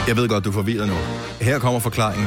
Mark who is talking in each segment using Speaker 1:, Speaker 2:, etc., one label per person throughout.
Speaker 1: Jeg ved godt, du er forvirret nu. Her kommer forklaringen.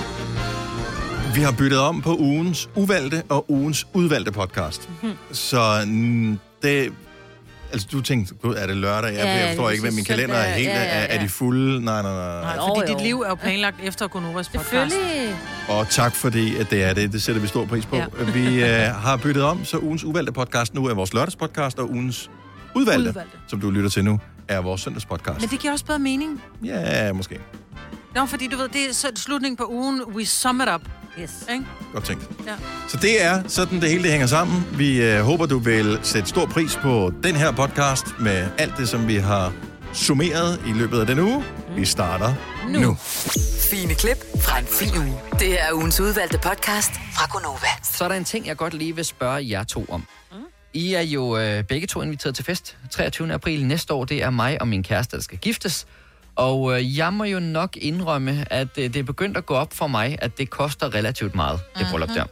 Speaker 1: Vi har byttet om på ugens uvalgte og ugens udvalgte podcast. Så det... Altså, du tænkte, gud, er det lørdag? Jeg forstår ikke, hvad min kalender er helt. Er de fulde? Nej.
Speaker 2: Fordi dit liv er jo planlagt efter Gonovas podcast.
Speaker 3: Selvfølgelig.
Speaker 1: Og tak fordi, at det er det. Det sætter vi stor pris på. Ja. Vi har byttet om, så ugens uvalgte podcast nu er vores lørdagspodcast, og ugens udvalgte, som du lytter til nu, er vores søndagspodcast.
Speaker 2: Men det giver også bedre mening.
Speaker 1: Ja, måske.
Speaker 2: Nå, fordi du ved, det er slutningen på ugen. We sum it up.
Speaker 3: Yes.
Speaker 2: Ikke?
Speaker 1: Godt tænkt.
Speaker 2: Ja.
Speaker 1: Så det er sådan, det hele det hænger sammen. Vi håber, du vil sætte stor pris på den her podcast med alt det, som vi har summeret i løbet af den uge. Vi starter nu.
Speaker 4: Fine klip fra en fin uge. Det er ugens udvalgte podcast fra Gonova.
Speaker 5: Så er der en ting, jeg godt lige vil spørge jer to om. I er jo begge to inviteret til fest 23. april næste år. Det er mig og min kæreste, der skal giftes. Og jeg må jo nok indrømme, at det er begyndt at gå op for mig, at det koster relativt meget, det bryllup der.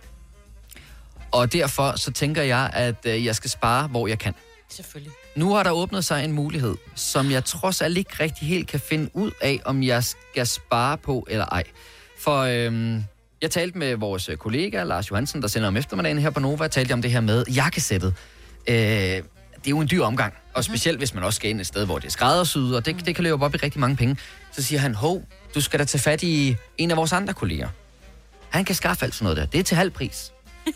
Speaker 5: Og derfor så tænker jeg, at jeg skal spare, hvor jeg kan.
Speaker 3: Selvfølgelig.
Speaker 5: Nu har der åbnet sig en mulighed, som jeg trods alt ikke rigtig helt kan finde ud af, om jeg skal spare på eller ej. For jeg talte med vores kollega, Lars Johansen, der sender om eftermiddagen her på Nova, talte om det her med jakkesættet. Det er jo en dyr omgang, og specielt hvis man også skal ind et sted, hvor det er skræddersyet, og det kan løbe op i rigtig mange penge. Så siger han, du skal da tage fat i en af vores andre kolleger. Han kan skaffe alt sådan noget der. Det er til halv pris.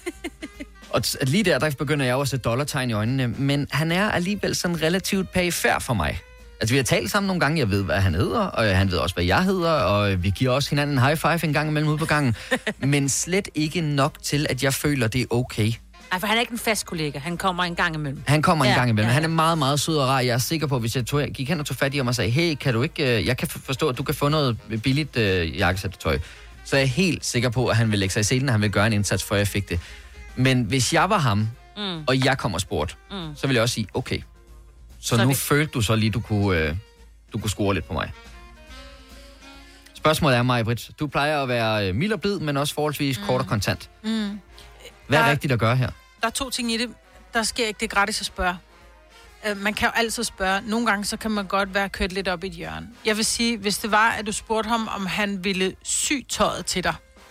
Speaker 5: Og lige der begynder jeg jo at sætte dollartegn i øjnene, men han er alligevel sådan relativt perifær for mig. Altså, vi har talt sammen nogle gange, jeg ved, hvad han hedder, og han ved også, hvad jeg hedder, og vi giver også hinanden en high five en gang imellem ude på gangen, men slet ikke nok til, at jeg føler, det er okay.
Speaker 3: Nej, for han er ikke en fast kollega. Han kommer en gang imellem.
Speaker 5: Han kommer en gang imellem. Han er meget, meget sød og rar. Jeg er sikker på, hvis jeg gik hen og tog fat i ham og sagde, hey, kan du ikke... Jeg kan forstå, at du kan få noget billigt jakkesættetøj. Så er jeg helt sikker på, at han vil lægge sig i selen, og han vil gøre en indsats, før jeg fik det. Men hvis jeg var ham, og jeg kom og spurgte, så ville jeg også sige, okay. Så nu følte du så lige, du kunne score lidt på mig. Spørgsmålet er, Maj-Brit, du plejer at være mild og blid, men også forholdsvis kort og kontant. Hvad er rigtigt at gøre her? Der
Speaker 2: er 2 ting i det. Der sker ikke det gratis at spørge. Man kan jo altid spørge. Nogle gange så kan man godt være kørt lidt op i et hjørne. Jeg vil sige, hvis det var, at du spurgte ham, om han ville sy tøjet til dig.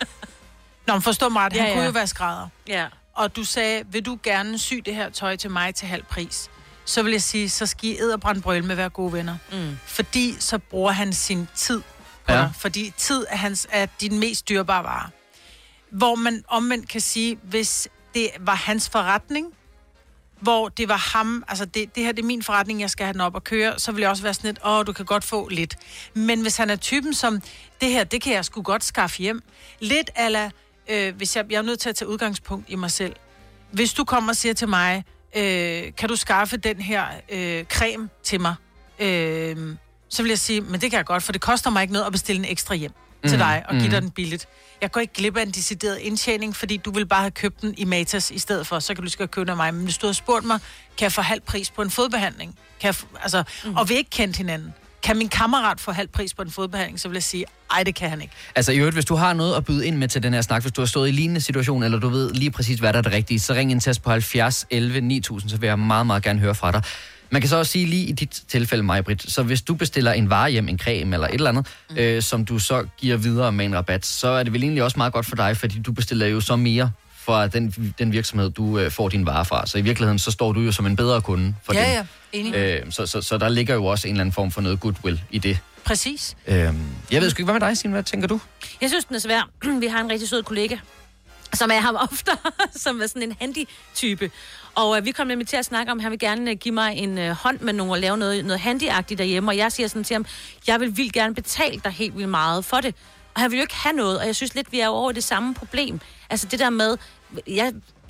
Speaker 2: Nå, men forstå mig, at han kunne jo være skrædder.
Speaker 3: Ja.
Speaker 2: Og du sagde, vil du gerne sy det her tøj til mig til halv pris? Så vil jeg sige, så skal I edderbrandbrøl med at være gode venner. Fordi så bruger han sin tid på dig. Fordi tid er din mest dyrebare vare. Hvor man omvendt kan sige, hvis det var hans forretning, hvor det var ham, altså det her det er min forretning, jeg skal have den op og køre, så vil jeg også være sådan lidt, du kan godt få lidt. Men hvis han er typen som, det her, det kan jeg sgu godt skaffe hjem. Lidt ala, hvis jeg er nødt til at tage udgangspunkt i mig selv. Hvis du kommer og siger til mig, kan du skaffe den her creme til mig? Så vil jeg sige, men det kan jeg godt, for det koster mig ikke noget at bestille en ekstra hjem til dig og give dig den billigt. Jeg går ikke glip af en decideret indtjening, fordi du vil bare have købt den i Matas i stedet for, så kan du lige købe den af mig. Men hvis du har spurgt mig, kan jeg få halv pris på en fodbehandling? Og vi ikke kendt hinanden. Kan min kammerat få halv pris på en fodbehandling, så vil jeg sige, ej, det kan han ikke.
Speaker 5: Altså i øvrigt, hvis du har noget at byde ind med til den her snak, hvis du har stået i lignende situation, eller du ved lige præcis, hvad der er det rigtige, så ring ind til os på 70 11 9000, så vil jeg meget, meget gerne høre fra dig. Man kan så også sige lige i dit tilfælde, Maj-Brit, så hvis du bestiller en vare hjem, en creme eller et eller andet, som du så giver videre med en rabat, så er det vel egentlig også meget godt for dig, fordi du bestiller jo så mere fra den virksomhed, du får din vare fra. Så i virkeligheden, så står du jo som en bedre kunde for dem.
Speaker 2: Ja, enig.
Speaker 5: Så der ligger jo også en eller anden form for noget goodwill i det.
Speaker 2: Præcis.
Speaker 5: Jeg ved sgu ikke, hvad med dig, Signe? Hvad tænker du?
Speaker 3: Jeg synes, den er svær. Vi har en rigtig sød kollega, som er ham ofte, som er sådan en handy-type. Og vi kom nemlig til at snakke om, at han vil gerne give mig en hånd med nogen og lave noget handyagtigt derhjemme. Og jeg siger sådan til ham, jeg vil vildt gerne betale dig helt vildt meget for det. Og han vil jo ikke have noget, og jeg synes lidt, vi er over det samme problem. Altså det der med, jeg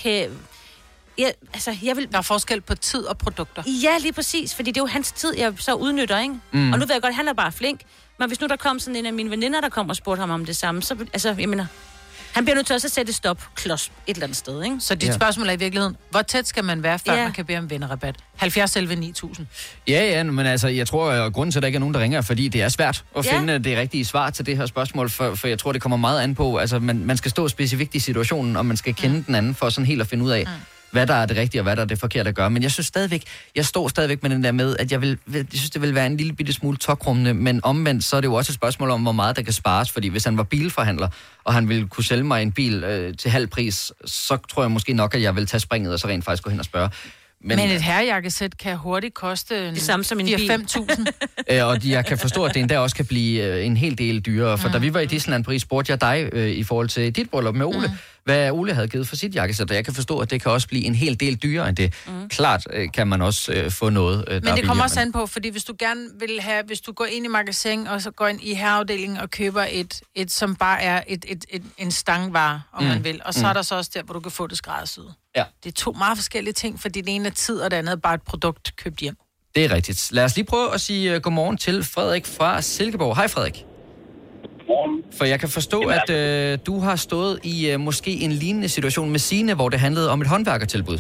Speaker 3: vil...
Speaker 2: Der er forskel på tid og produkter.
Speaker 3: Ja, lige præcis, fordi det er jo hans tid, jeg så udnytter, ikke? Og nu ved jeg godt, at han er bare flink. Men hvis nu der kom sådan en af mine veninder, der kom og spurgte ham om det samme, så jeg mener... Han bliver nødt til også at sætte stop-klods et eller andet sted, ikke?
Speaker 2: Så dit spørgsmål er i virkeligheden, hvor tæt skal man være, før man kan bede om vennerrabat? 70 11 9000.
Speaker 5: Ja, men altså, jeg tror, at grunden til, at der ikke er nogen, der ringer, fordi det er svært at finde det rigtige svar til det her spørgsmål, for jeg tror, det kommer meget an på, altså, man skal stå specifikt i situationen, og man skal kende den anden for sådan helt at finde ud af, hvad der er det rigtige, og hvad der er det forkerte at gøre. Men jeg står stadigvæk med den der med, at jeg synes, det vil være en lille bitte smule tokrummende, men omvendt, så er det jo også et spørgsmål om, hvor meget der kan spares, fordi hvis han var bilforhandler, og han ville kunne sælge mig en bil til halv pris, så tror jeg måske nok, at jeg vil tage springet, og så rent faktisk gå hen og spørge.
Speaker 2: Men et herrejakkesæt kan hurtigt koste
Speaker 3: det samme som en bil.
Speaker 2: 4-5.000.
Speaker 5: Og jeg kan forstå, at det endda også kan blive en hel del dyrere. For da vi var i Disneyland Paris, spurgte jeg dig i forhold til dit bryllup med Ole, hvad Ole havde givet for sit jakkesæt. Og jeg kan forstå, at det kan også blive en hel del dyrere end det. Klart kan man også få noget, der
Speaker 2: Men det kommer også an på, fordi hvis du gerne vil have, hvis du går ind i magasin, og så går ind i herreafdelingen og køber et som bare er en stangvare, om man vil. Og så er der så også der, hvor du kan få det skræddersyet.
Speaker 5: Ja.
Speaker 2: Det er 2 meget forskellige ting, fordi det ene er tid, og det andet er bare et produkt købt hjem.
Speaker 5: Det er rigtigt. Lad os lige prøve at sige godmorgen til Frederik fra Silkeborg. Hej Frederik.
Speaker 6: Godmorgen.
Speaker 5: For jeg kan forstå, at du har stået i måske en lignende situation med Signe, hvor det handlede om et håndværkertilbud.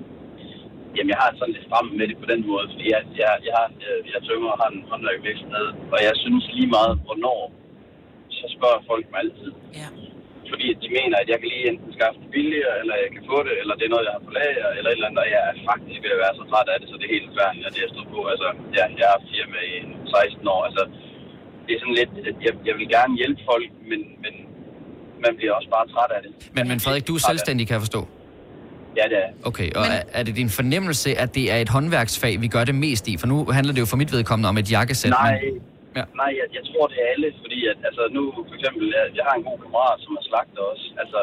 Speaker 6: Jamen, jeg har sådan lidt frem med det på den måde, fordi jeg tømmer og har en håndværkervirksomhed, og jeg synes lige meget, hvornår, så spørger folk mig altid. Ja. Fordi de mener, at jeg kan lige enten skaffe det billigere, eller jeg kan få det, eller det er noget, jeg har på lager, eller et eller andet, og jeg er faktisk ved at være så træt af det, så det er helt færdigt, at det er stået på. Altså, ja, jeg har haft firma i 16 år, altså, det er sådan lidt, jeg vil gerne hjælpe folk, men man bliver også bare træt af det.
Speaker 5: Men Frederik, du er selvstændig, kan jeg forstå?
Speaker 6: Ja, det er.
Speaker 5: Okay, og er det din fornemmelse, at det er et håndværksfag, vi gør det mest i? For nu handler det jo for mit vedkommende om et jakkesæt.
Speaker 6: Nej, jeg tror, det er alle, fordi at, altså, nu for eksempel, jeg har en god kammerat, som er slagter også. Altså,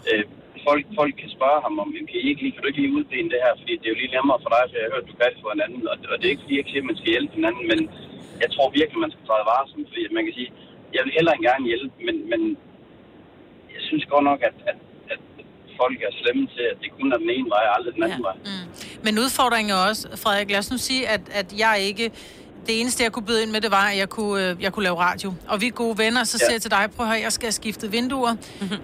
Speaker 6: folk kan spørge ham om, kan du ikke lige udbene det her, fordi det er jo lige nemmere for dig, for jeg har hørt, du kan det for en anden, og det er ikke fordi, jeg siger, at man skal hjælpe hinanden, men jeg tror virkelig, man skal træde varsom, fordi man kan sige, jeg vil hellere gerne hjælpe, men jeg synes godt nok, at folk er slemme til, at det kun er den ene vej, og aldrig den anden vej.
Speaker 2: Men udfordringen er også, Frederik, lad os nu sige, at jeg ikke... Det eneste, jeg kunne byde ind med, det var, at jeg kunne lave radio. Og vi er gode venner, så siger jeg til dig, prøv at høre, jeg skal have skiftet vinduer.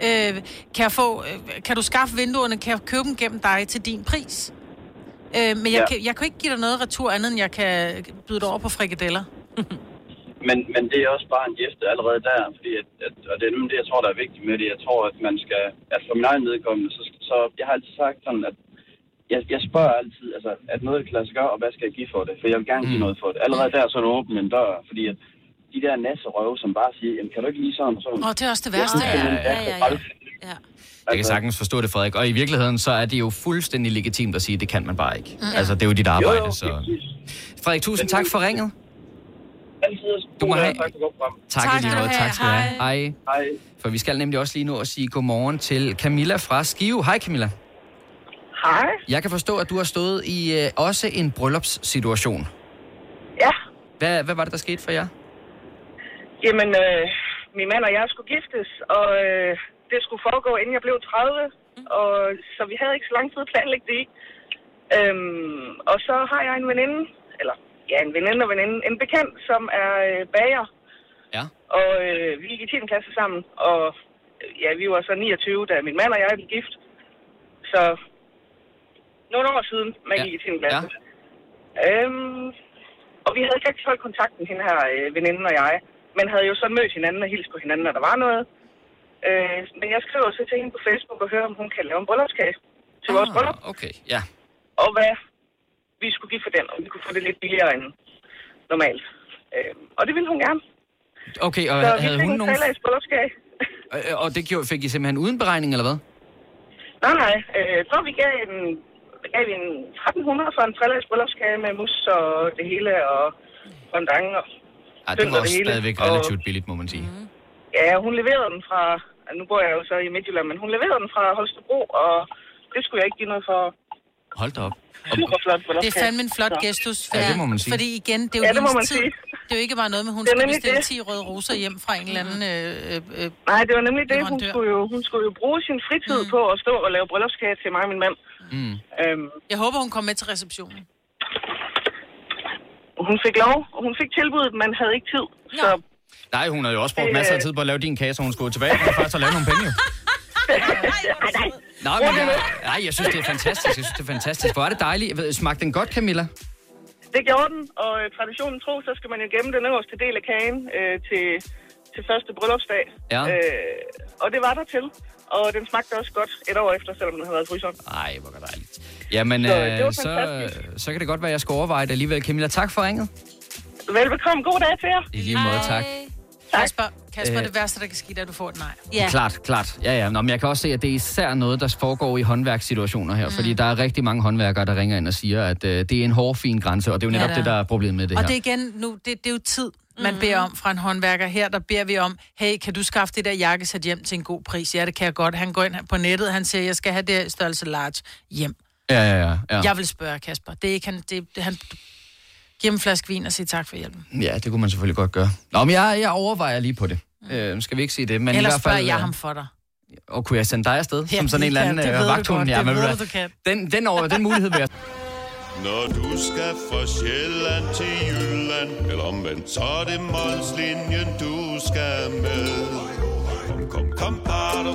Speaker 2: Kan du skaffe vinduerne? Kan jeg købe dem gennem dig til din pris? Men jeg kan ikke give dig noget retur andet, end jeg kan byde dig over på frikadeller.
Speaker 6: Men det er også bare en gæste allerede der, fordi og det er nemlig det, jeg tror, der er vigtigt med det. Jeg tror, at man skal, at for min egen nedkommende, så jeg har altid sagt sådan, at jeg spørger altid, altså, at noget kan lade sig gøre, og hvad skal jeg give for det? For jeg vil gerne give noget for det. Allerede der, så er du åbent en dør, fordi at de der nasserøve, som bare siger, jamen, kan du ikke lige sådan og sådan?
Speaker 2: Det er også det værste. Ja.
Speaker 5: Jeg kan sagtens forstå det, Frederik. Og i virkeligheden, så er det jo fuldstændig legitimt at sige, at det kan man bare ikke. Altså, det er jo dit arbejde, så... Frederik, tusind tak for ringet. Du må have... Tak i lige måde. Tak skal du have. Hej. For vi skal nemlig også lige nu at sige godmorgen til Camilla fra Skive. Hej, Camilla.
Speaker 7: Hej.
Speaker 5: Jeg kan forstå, at du har stået i også en bryllupssituation.
Speaker 7: Ja.
Speaker 5: Hvad var det, der skete for jer?
Speaker 7: Jamen, min mand og jeg skulle giftes, og det skulle foregå, inden jeg blev 30. Og, så vi havde ikke så lang tid at planlægge det i. Og så har jeg en veninde, en bekendt, som er bager. Ja. Og vi gik i 10. klasse sammen, og vi var så 29, da min mand og jeg blev gift. Så nogle år siden, man gik i 10. klasse. Ja. Og vi havde ikke rigtig holdt kontakten, hende her veninden og jeg, men havde jo så mødt hinanden og hilst på hinanden, når der var noget. Men jeg skriver så til hende på Facebook og hører, om hun kan lave en bryllupskage til vores bryllup.
Speaker 5: Okay, ja.
Speaker 7: Og hvad vi skulle give for den, og vi kunne få det lidt billigere end normalt. Og det ville hun gerne.
Speaker 5: Okay, og
Speaker 7: så
Speaker 5: havde hun nogen...
Speaker 7: Så bryllupskage.
Speaker 5: Og det fik I simpelthen uden beregning, eller hvad?
Speaker 7: Nej. Så vi gav en 1.300 for en 3-lags bryllupskage med mus og det hele, og fondant og
Speaker 5: det var også stadigvæk relativt billigt, må man sige.
Speaker 7: Ja, hun leverede den fra... Nu bor jeg jo så i Midtjylland, men hun leverede den fra Holstebro, og det skulle jeg ikke give noget for.
Speaker 5: Hold da op.
Speaker 7: Super flot bryllupskage.
Speaker 2: Det er fandme en flot gestus.
Speaker 5: Ja, det må man sige.
Speaker 2: Fordi igen, det er jo hendes tid. Det er jo ikke bare noget med, hun skal bestille 10 røde roser hjem fra en eller anden
Speaker 7: Nej, det var nemlig det. Hun skulle jo bruge sin fritid på at stå og lave bryllupskage til mig og min mand.
Speaker 2: Jeg håber, hun kom med til receptionen.
Speaker 7: Hun fik lov, og hun fik tilbuddet, men havde ikke tid. Så...
Speaker 5: Nej, hun havde jo også brugt masser af tid på at lave din kage, så hun skulle tilbage og faktisk lave nogle penge. Nej, jeg synes, det er fantastisk. Hvor er det dejligt. Smagte den godt, Camilla?
Speaker 7: Det gjorde den, og traditionen tro, så skal man jo gemme den øverste del af kagen til første bryllupsdag. Ja. Og det var der til. og den smagte også godt et år efter, selvom den havde været i fryseren.
Speaker 5: Ej, hvor dejligt. Jamen, så kan det godt være, at jeg skal overveje det alligevel. Camilla, tak for ringet.
Speaker 7: Velbekomme. God dag til jer.
Speaker 5: I lige måde, tak.
Speaker 2: Kasper, det værste, der kan ske, er, at du får et nej.
Speaker 5: Ja. Klart. Ja. Nå, men jeg kan også se, at det er især noget, der foregår i håndværkssituationer her. Fordi der er rigtig mange håndværkere, der ringer ind og siger, at det er en hårfin grænse, og det er jo netop det, der er problemet med det her.
Speaker 2: Og det er igen, nu, det er jo tid, man beder om fra en håndværker. Her, der beder vi om, hey, kan du skaffe det der jakkesæt hjem til en god pris? Ja, det kan jeg godt. Han går ind på nettet, han siger, jeg skal have det størrelse large hjem.
Speaker 5: Ja.
Speaker 2: Jeg vil spørge Kasper. Det er ikke han... Giv en flaske vin og sige tak for hjælpen.
Speaker 5: Ja, det kunne man selvfølgelig godt gøre. Nå, men jeg overvejer lige på det. Skal vi ikke sige det? Men
Speaker 2: ellers
Speaker 5: i hvert fald,
Speaker 2: spørger jeg ham for dig.
Speaker 5: Og kunne jeg sende dig afsted? Som sådan en eller anden vagthund?
Speaker 2: Ja, det ved du kan.
Speaker 5: Den mulighed vil jeg...
Speaker 8: Når du skal fra Sjælland til Jylland, eller omvendt, så er det Molslinjen, du skal med. Kom, bado.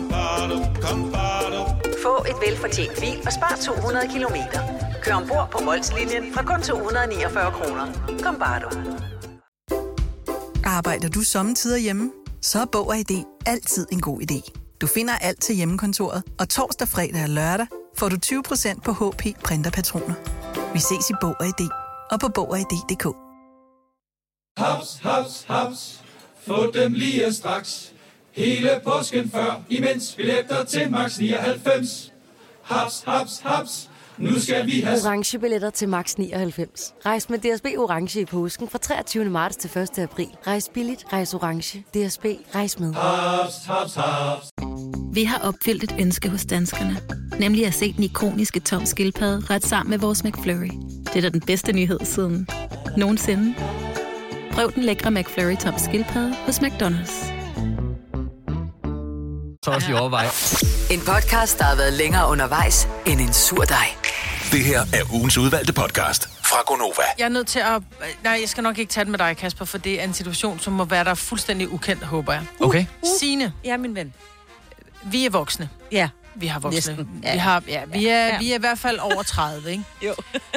Speaker 9: Få et velfortjent bil og spar 200 kilometer. Kør ombord på Molslinjen fra kun 249 kroner. Kom, bado.
Speaker 10: Arbejder du sommetider hjemme? Så er Bog og ID altid en god idé. Du finder alt til hjemmekontoret, og torsdag, fredag og lørdag får du 20% på HP printerpatroner. Vi ses i Bog og ID og på Bog og ID.dk.
Speaker 11: Haps. Få dem lige straks. Hele påsken før, imens billetter til max 99. Haps. Nu skal vi have
Speaker 12: orange billetter til max 99. Rejs med DSB orange i påsken fra 23. marts til 1. april. Rejs billigt, rejs orange. DSB, rejs med.
Speaker 11: Haps.
Speaker 13: Vi har opfyldt et ønske hos danskerne. Nemlig at se den ikoniske Tom Skildpadde ret sammen med vores McFlurry. Det er da den bedste nyhed siden nogensinde. Prøv den lækre McFlurry Tom Skildpadde hos McDonald's.
Speaker 5: Også i overvej.
Speaker 4: En podcast, der har været længere undervejs end en sur dej.
Speaker 14: Det her er ugens udvalgte podcast fra Gonova.
Speaker 2: Jeg er nødt til at... Nej, jeg skal nok ikke tage det med dig, Kasper, for det er en situation, som må være der fuldstændig ukendt, håber jeg.
Speaker 5: Okay.
Speaker 2: Signe.
Speaker 3: Ja, min ven.
Speaker 2: Vi er voksne.
Speaker 3: Ja.
Speaker 2: Vi har voksne.
Speaker 3: Næsten.
Speaker 2: Ja. Vi er i hvert fald over 30, ikke?
Speaker 3: Jo.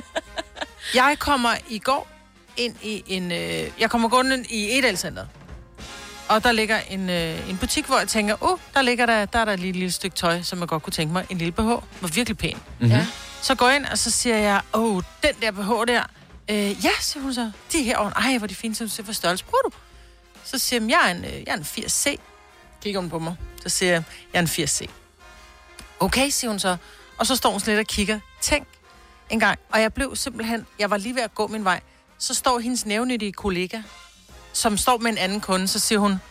Speaker 2: Jeg kommer i går ind i en... Jeg kommer gående i Edel-centret. Og der ligger en butik, hvor jeg tænker, der er der et lille stykke tøj, som jeg godt kunne tænke mig. En lille BH. Var virkelig pæn.
Speaker 5: Mm-hmm. Ja.
Speaker 2: Så går jeg ind, og så siger jeg, den der BH der. Ja, siger hun så. De her over. Ej, hvor de fine, så du siger, hvor størrelse bruger du? Så siger jeg, jeg er en 80C. Kigger hun på mig. Så siger jeg er en 80C. Okay, siger hun så. Og så står hun sådan lidt og kigger. Tænk en gang. Og jeg var lige ved at gå min vej. Så står hendes nævnyttige kollega, som står med en anden kunde, så siger hun,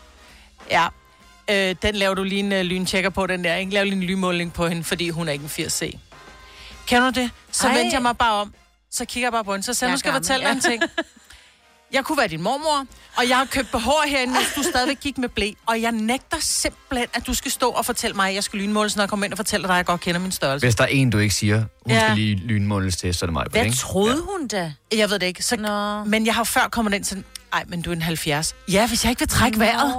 Speaker 2: den laver du lige en lyntjekker på, den der, ikke? Lav lige en lynmåling på hende, fordi hun er ikke en 80C. Kender du det? Så vendte jeg mig bare om, så kigger jeg bare på hende, så sagde nu skal jeg fortælle dig en ting. Jeg kunne være din mormor, og jeg har købt BH'er herinde, hvis du stadigvæk gik med ble, og jeg nægter simpelthen, at du skal stå og fortælle mig, at jeg skal lynmåles, når jeg kommer ind og fortæller dig, at jeg godt kender min størrelse.
Speaker 5: Hvis der er en, du ikke siger, hun skal lige lynmåles til, så er det mig.
Speaker 3: Hvad troede hun da?
Speaker 2: Jeg ved det ikke. Men jeg har før kommet ind sådan, men du er en 70. Ja, hvis jeg ikke vil trække vejret.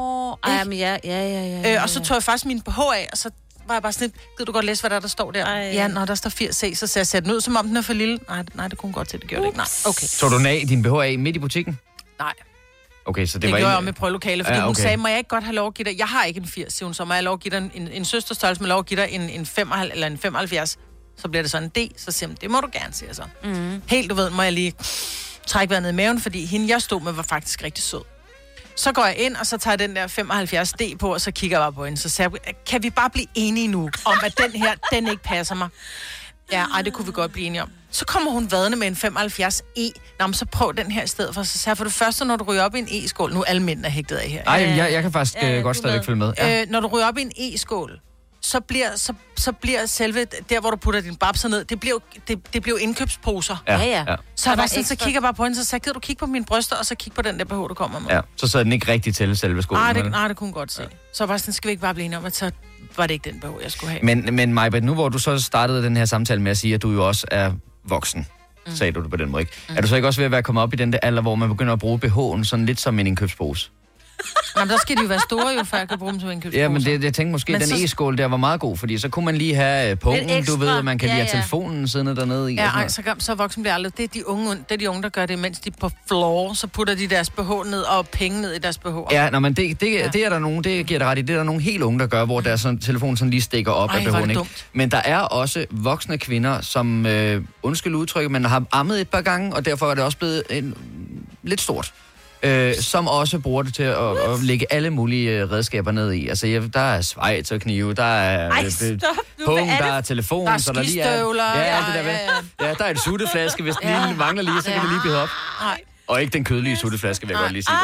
Speaker 3: Ja.
Speaker 2: Og så tog jeg faktisk min BH af, og så var jeg bare sådan, gider du godt læse, hvad der står der? Ja, når der står 80C, så ser jeg den ud, som om den er for lille. Nej, det kunne godt til, det gjorde det ikke. Nej, okay.
Speaker 5: Tog du den af, din BH af midt i butikken?
Speaker 2: Nej.
Speaker 5: Okay, så det
Speaker 2: var
Speaker 5: gjorde
Speaker 2: jeg med prøvelokale, fordi hun sagde, må jeg ikke godt have lov at give dig... Jeg har ikke en 80, siger hun, så må jeg lov at give dig en søsterstørrelse, må jeg lov at give dig en 75 eller en 75. Så bliver det sådan en D, så siger hun, det må du gerne, siger så. Mm. Helt, du ved, må jeg lige trække vejret ned i maven, fordi hende, jeg stod med, var faktisk rigtig sød. Så går jeg ind, og så tager jeg den der 75D på, og så kigger jeg bare på hende. Så siger jeg, kan vi bare blive enige nu, om at den her, den ikke passer mig? Ja, det kunne vi godt blive enige om. Så kommer hun vadende med en 75E. Nå, men så prøv den her i stedet for. Så sagde for det første, når du ryger op i en E-skål, nu er alle mændene hægtet af her.
Speaker 5: Nej, jeg kan faktisk godt stadigvæk følge med. Ja.
Speaker 2: Når du ryger op i en E-skål, så bliver selve, der hvor du putter din babser ned, det bliver indkøbsposer.
Speaker 5: Ja.
Speaker 2: Så jeg var sådan, så kigger bare på hende, så sagde, gider du kigge på mine bryster, og så kigge på den der BH, du kommer med.
Speaker 5: Ja, så sad den ikke rigtig til selve skolen.
Speaker 2: Nej, det kunne hun godt se. Så var sådan, skal vi ikke bare blive enige om, at så var det ikke den BH, jeg skulle have.
Speaker 5: Men Majbert, nu hvor du så startede den her samtale med at sige, at du jo også er voksen, sagde du det på den måde, ikke? Er du så ikke også ved at være kommet op i den der alder, hvor man begynder at bruge BH'en sådan lidt som en indkøbspose?
Speaker 2: Jamen, der skal de jo være store, jo, før jeg kan bruge dem som indkøbspose.
Speaker 5: Ja, men jeg tænkte måske, at den e-skål der var meget god, fordi så kunne man lige have pungen, du ved, at man kan lige have telefonen siddende dernede i.
Speaker 2: Ja, så voksen bliver aldrig. Det er de unge, der gør det, mens de på floor, så putter de deres BH ned og penge ned i deres BH.
Speaker 5: Ja, men det er der nogen, det giver det ret i, det er der nogle helt unge, der gør, hvor deres telefon sådan lige stikker op af BH'en, ikke? Men der er også voksne kvinder, som, undskyld udtrykket, men har ammet et par gange, og derfor er det også blevet lidt stort. Som også bruger det til at lægge alle mulige redskaber ned i. Altså, der er schweizerknive, der er pung, der er telefon,
Speaker 2: der er
Speaker 5: så der lige
Speaker 2: skistøvler.
Speaker 5: Ja, der er et sutteflaske, hvis den lige mangler lige, så kan vi lige blive op. Nej. Og ikke den kødelige sutteflaske, vil jeg godt lige sige.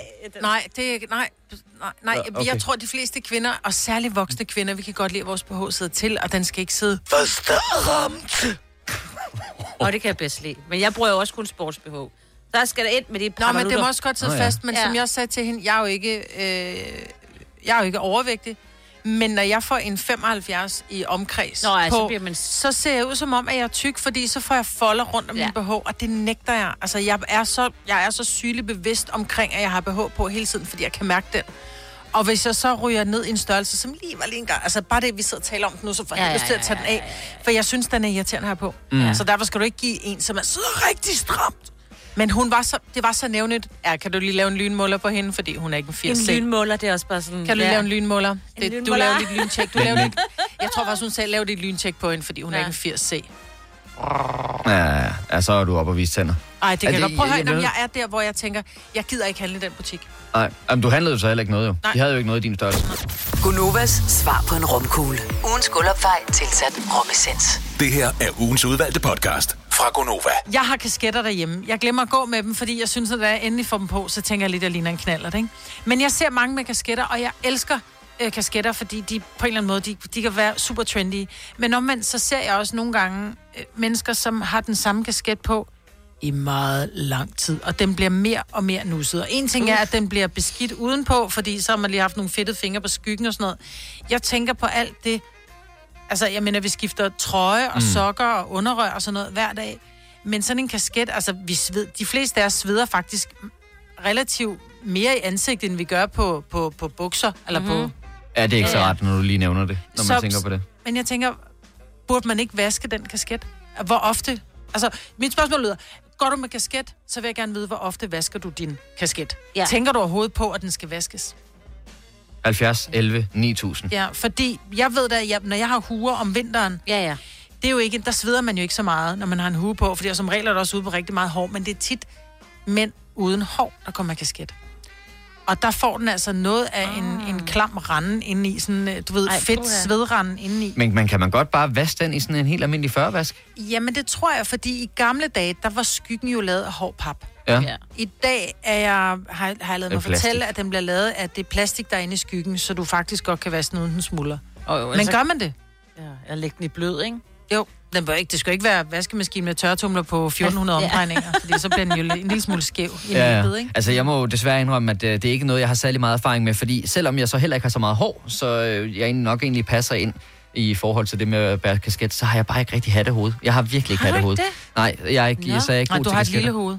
Speaker 2: Nej, okay. Jeg tror, de fleste kvinder, og særligt voksne kvinder, vi kan godt lide, at vores BH sidder til, og den skal ikke sidde forstørret.
Speaker 3: Og det kan jeg bedst lide. Men jeg bruger jo også kun sports-BH. Der skal der ind med de
Speaker 2: men det må også godt sidde fast. Men som jeg sagde til hende, jeg er jo ikke overvægtig. Men når jeg får en 75 i omkreds så ser jeg ud som om, at jeg er tyk, fordi så får jeg folder rundt om min BH, og det nægter jeg. Altså, jeg er så sygeligt bevidst omkring, at jeg har BH på hele tiden, fordi jeg kan mærke den. Og hvis jeg så ryger ned i en størrelse, som lige var lige en gang, altså bare det, vi sidder og taler om den nu, så får jeg lyst til at tage den af. For jeg synes, den er irriterende her på. Så derfor skal du ikke give en, som er så rigtig stramt. Men det var så nævnt. Ja, kan du lige lave en lynmåler på hende, fordi hun er ikke en 80C?
Speaker 3: En lynmåler, det er også bare sådan...
Speaker 2: Kan du lige lave en lynmåler? Du laver dit lyntjek. Jeg tror faktisk, hun sagde, lav dit lyntjek på hende, fordi hun er ikke en 80C.
Speaker 5: Ja, så er du oppe og vise tænder.
Speaker 2: Ej, det kan jeg godt. Prøv at høre, når jeg er der, hvor jeg tænker, jeg gider ikke handle i den butik.
Speaker 5: Nej, men du handlede jo så heller ikke noget, jo. De havde jo ikke noget i din størrelse.
Speaker 4: Gunovas svar på en romkugle. Ugens guldopfej tilsat romessens.
Speaker 14: Det her er ugens udvalgte podcast fra Gonova.
Speaker 2: Jeg har kasketter derhjemme. Jeg glemmer at gå med dem, fordi jeg synes, at da jeg endelig får dem på, så tænker jeg lidt, at jeg ligner en knallert, ikke? Men jeg ser mange med kasketter, og jeg elsker kasketter, fordi de på en eller anden måde, de kan være super trendy. Men omvendt, så ser jeg også nogle gange mennesker, som har den samme kasket på i meget lang tid, og den bliver mere og mere nusset. Og en ting er, at den bliver beskidt udenpå, fordi så har man lige haft nogle fedtede fingre på skyggen og sådan noget. Jeg tænker på alt det. Altså, jeg mener, vi skifter trøje og sokker og underrør og sådan noget hver dag. Men sådan en kasket, altså, de fleste af os sveder faktisk relativt mere i ansigtet, end vi gør på bukser, eller på...
Speaker 5: Ja, det er ikke så rart, når du lige nævner det, når man tænker på det.
Speaker 2: Men jeg tænker, burde man ikke vaske den kasket? Hvor ofte? Altså, mit spørgsmål lyder, går du med kasket, så vil jeg gerne vide, hvor ofte vasker du din kasket? Ja. Tænker du overhovedet på, at den skal vaskes?
Speaker 5: 70, 11, 9000.
Speaker 2: Ja, fordi jeg ved da, når jeg har huer om vinteren, det er jo ikke, der sveder man jo ikke så meget, når man har en hue på, fordi som regel er der også ude på rigtig meget hår, men det er tit mænd uden hår, der kommer med kasket. Og der får den altså noget af en klam rande indeni, sådan, du ved, fedt svedranden indeni.
Speaker 5: Men kan man godt bare vaske den i sådan en helt almindelig førvask?
Speaker 2: Jamen det tror jeg, fordi i gamle dage, der var skyggen jo lavet af hård pap.
Speaker 5: Ja.
Speaker 2: I dag har jeg lavet mig fortælle, at den bliver lavet af det plastik, der er inde i skyggen, så du faktisk godt kan vaske den uden den smuldrer. Men gør man det?
Speaker 3: Ja, jeg lægger den i blød, ikke?
Speaker 2: Jo, det skal ikke være vaskemaskine med tørretumler på 1400 omdrejninger, fordi så bliver den jo en lille smule skæv i løbet, ikke?
Speaker 5: Altså, jeg må desværre indrømme, at det er ikke noget, jeg har særlig meget erfaring med, fordi selvom jeg så heller ikke har så meget hår, så jeg nok egentlig passer ind i forhold til det med at bære kasket, så har jeg bare ikke rigtig hattehoved. Jeg har virkelig ikke hattehoved. Nej, jeg er ikke god til kasketter.
Speaker 2: Du har et lille hoved.